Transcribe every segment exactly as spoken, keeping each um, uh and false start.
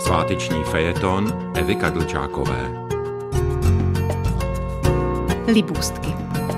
Sváteční fejeton Evy Kadlčákové. Libůstky.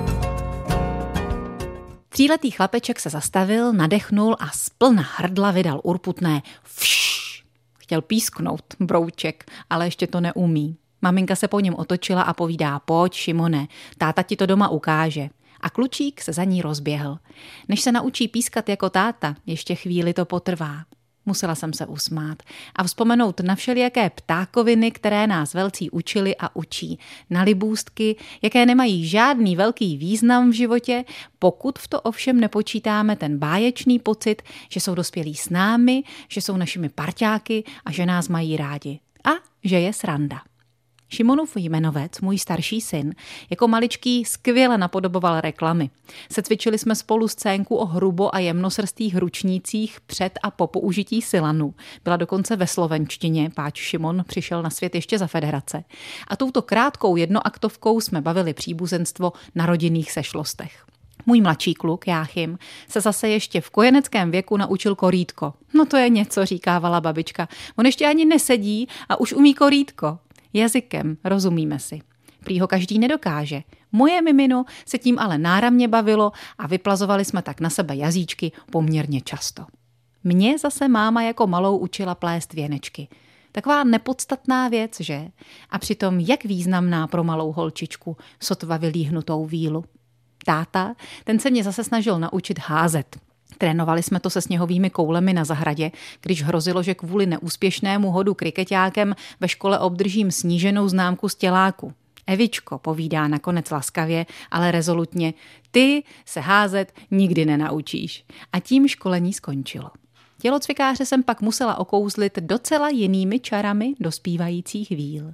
Tříletý chlapeček se zastavil, nadechnul a splna hrdla vydal urputné fš. Chtěl písknout brouček, ale ještě to neumí. Maminka se po něm otočila a povídá: pojď, Šimone, táta ti to doma ukáže. A klučík se za ní rozběhl. Než se naučí pískat jako táta, ještě chvíli to potrvá. Musela jsem se usmát a vzpomenout na všelijaké ptákoviny, které nás velcí učili a učí. Na libůstky, jaké nemají žádný velký význam v životě, pokud v to ovšem nepočítáme ten báječný pocit, že jsou dospělí s námi, že jsou našimi parťáky a že nás mají rádi. A že je sranda. Šimonův jmenovec, můj starší syn, jako maličký skvěle napodoboval reklamy. Secvičili jsme spolu scénku o hrubo a jemnosrstých ručnících před a po použití silanu. Byla dokonce ve slovenštině, páč Šimon přišel na svět ještě za federace. A touto krátkou jednoaktovkou jsme bavili příbuzenstvo na rodinných sešlostech. Můj mladší kluk, Jáchym, se zase ještě v kojeneckém věku naučil korýtko. No to je něco, říkávala babička. On ještě ani nesedí a už umí korýtko. Jazykem, rozumíme si. Prý ho každý nedokáže. Moje mimino se tím ale náramně bavilo a vyplazovali jsme tak na sebe jazyčky poměrně často. Mě zase máma jako malou učila plést věnečky. Taková nepodstatná věc, že? A přitom jak významná pro malou holčičku, sotva vylíhnutou vílu. Táta, ten se mě zase snažil naučit házet. Trénovali jsme to se sněhovými koulemi na zahradě, když hrozilo, že kvůli neúspěšnému hodu krikeťákem ve škole obdržím sníženou známku z těláku. Evičko, povídá nakonec laskavě, ale rezolutně, ty se házet nikdy nenaučíš. A tím školení skončilo. Tělocvikáře jsem pak musela okouzlit docela jinými čarami dospívajících víl.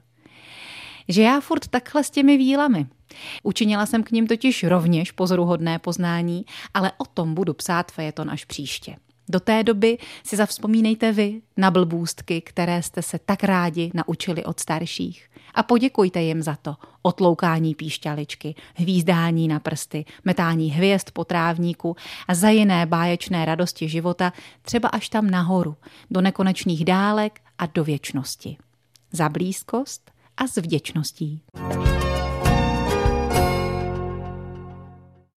Že já furt takhle s těmi vílami. Učinila jsem k nim totiž rovněž pozoruhodné poznání, ale o tom budu psát fejeton až příště. Do té doby si zavzpomínejte vy na blbůstky, které jste se tak rádi naučili od starších. A poděkujte jim za to. Otloukání píšťaličky, hvízdání na prsty, metání hvězd po trávníku a za jiné báječné radosti života, třeba až tam nahoru, do nekonečných dálek a do věčnosti. Za blízkost a s vděčností.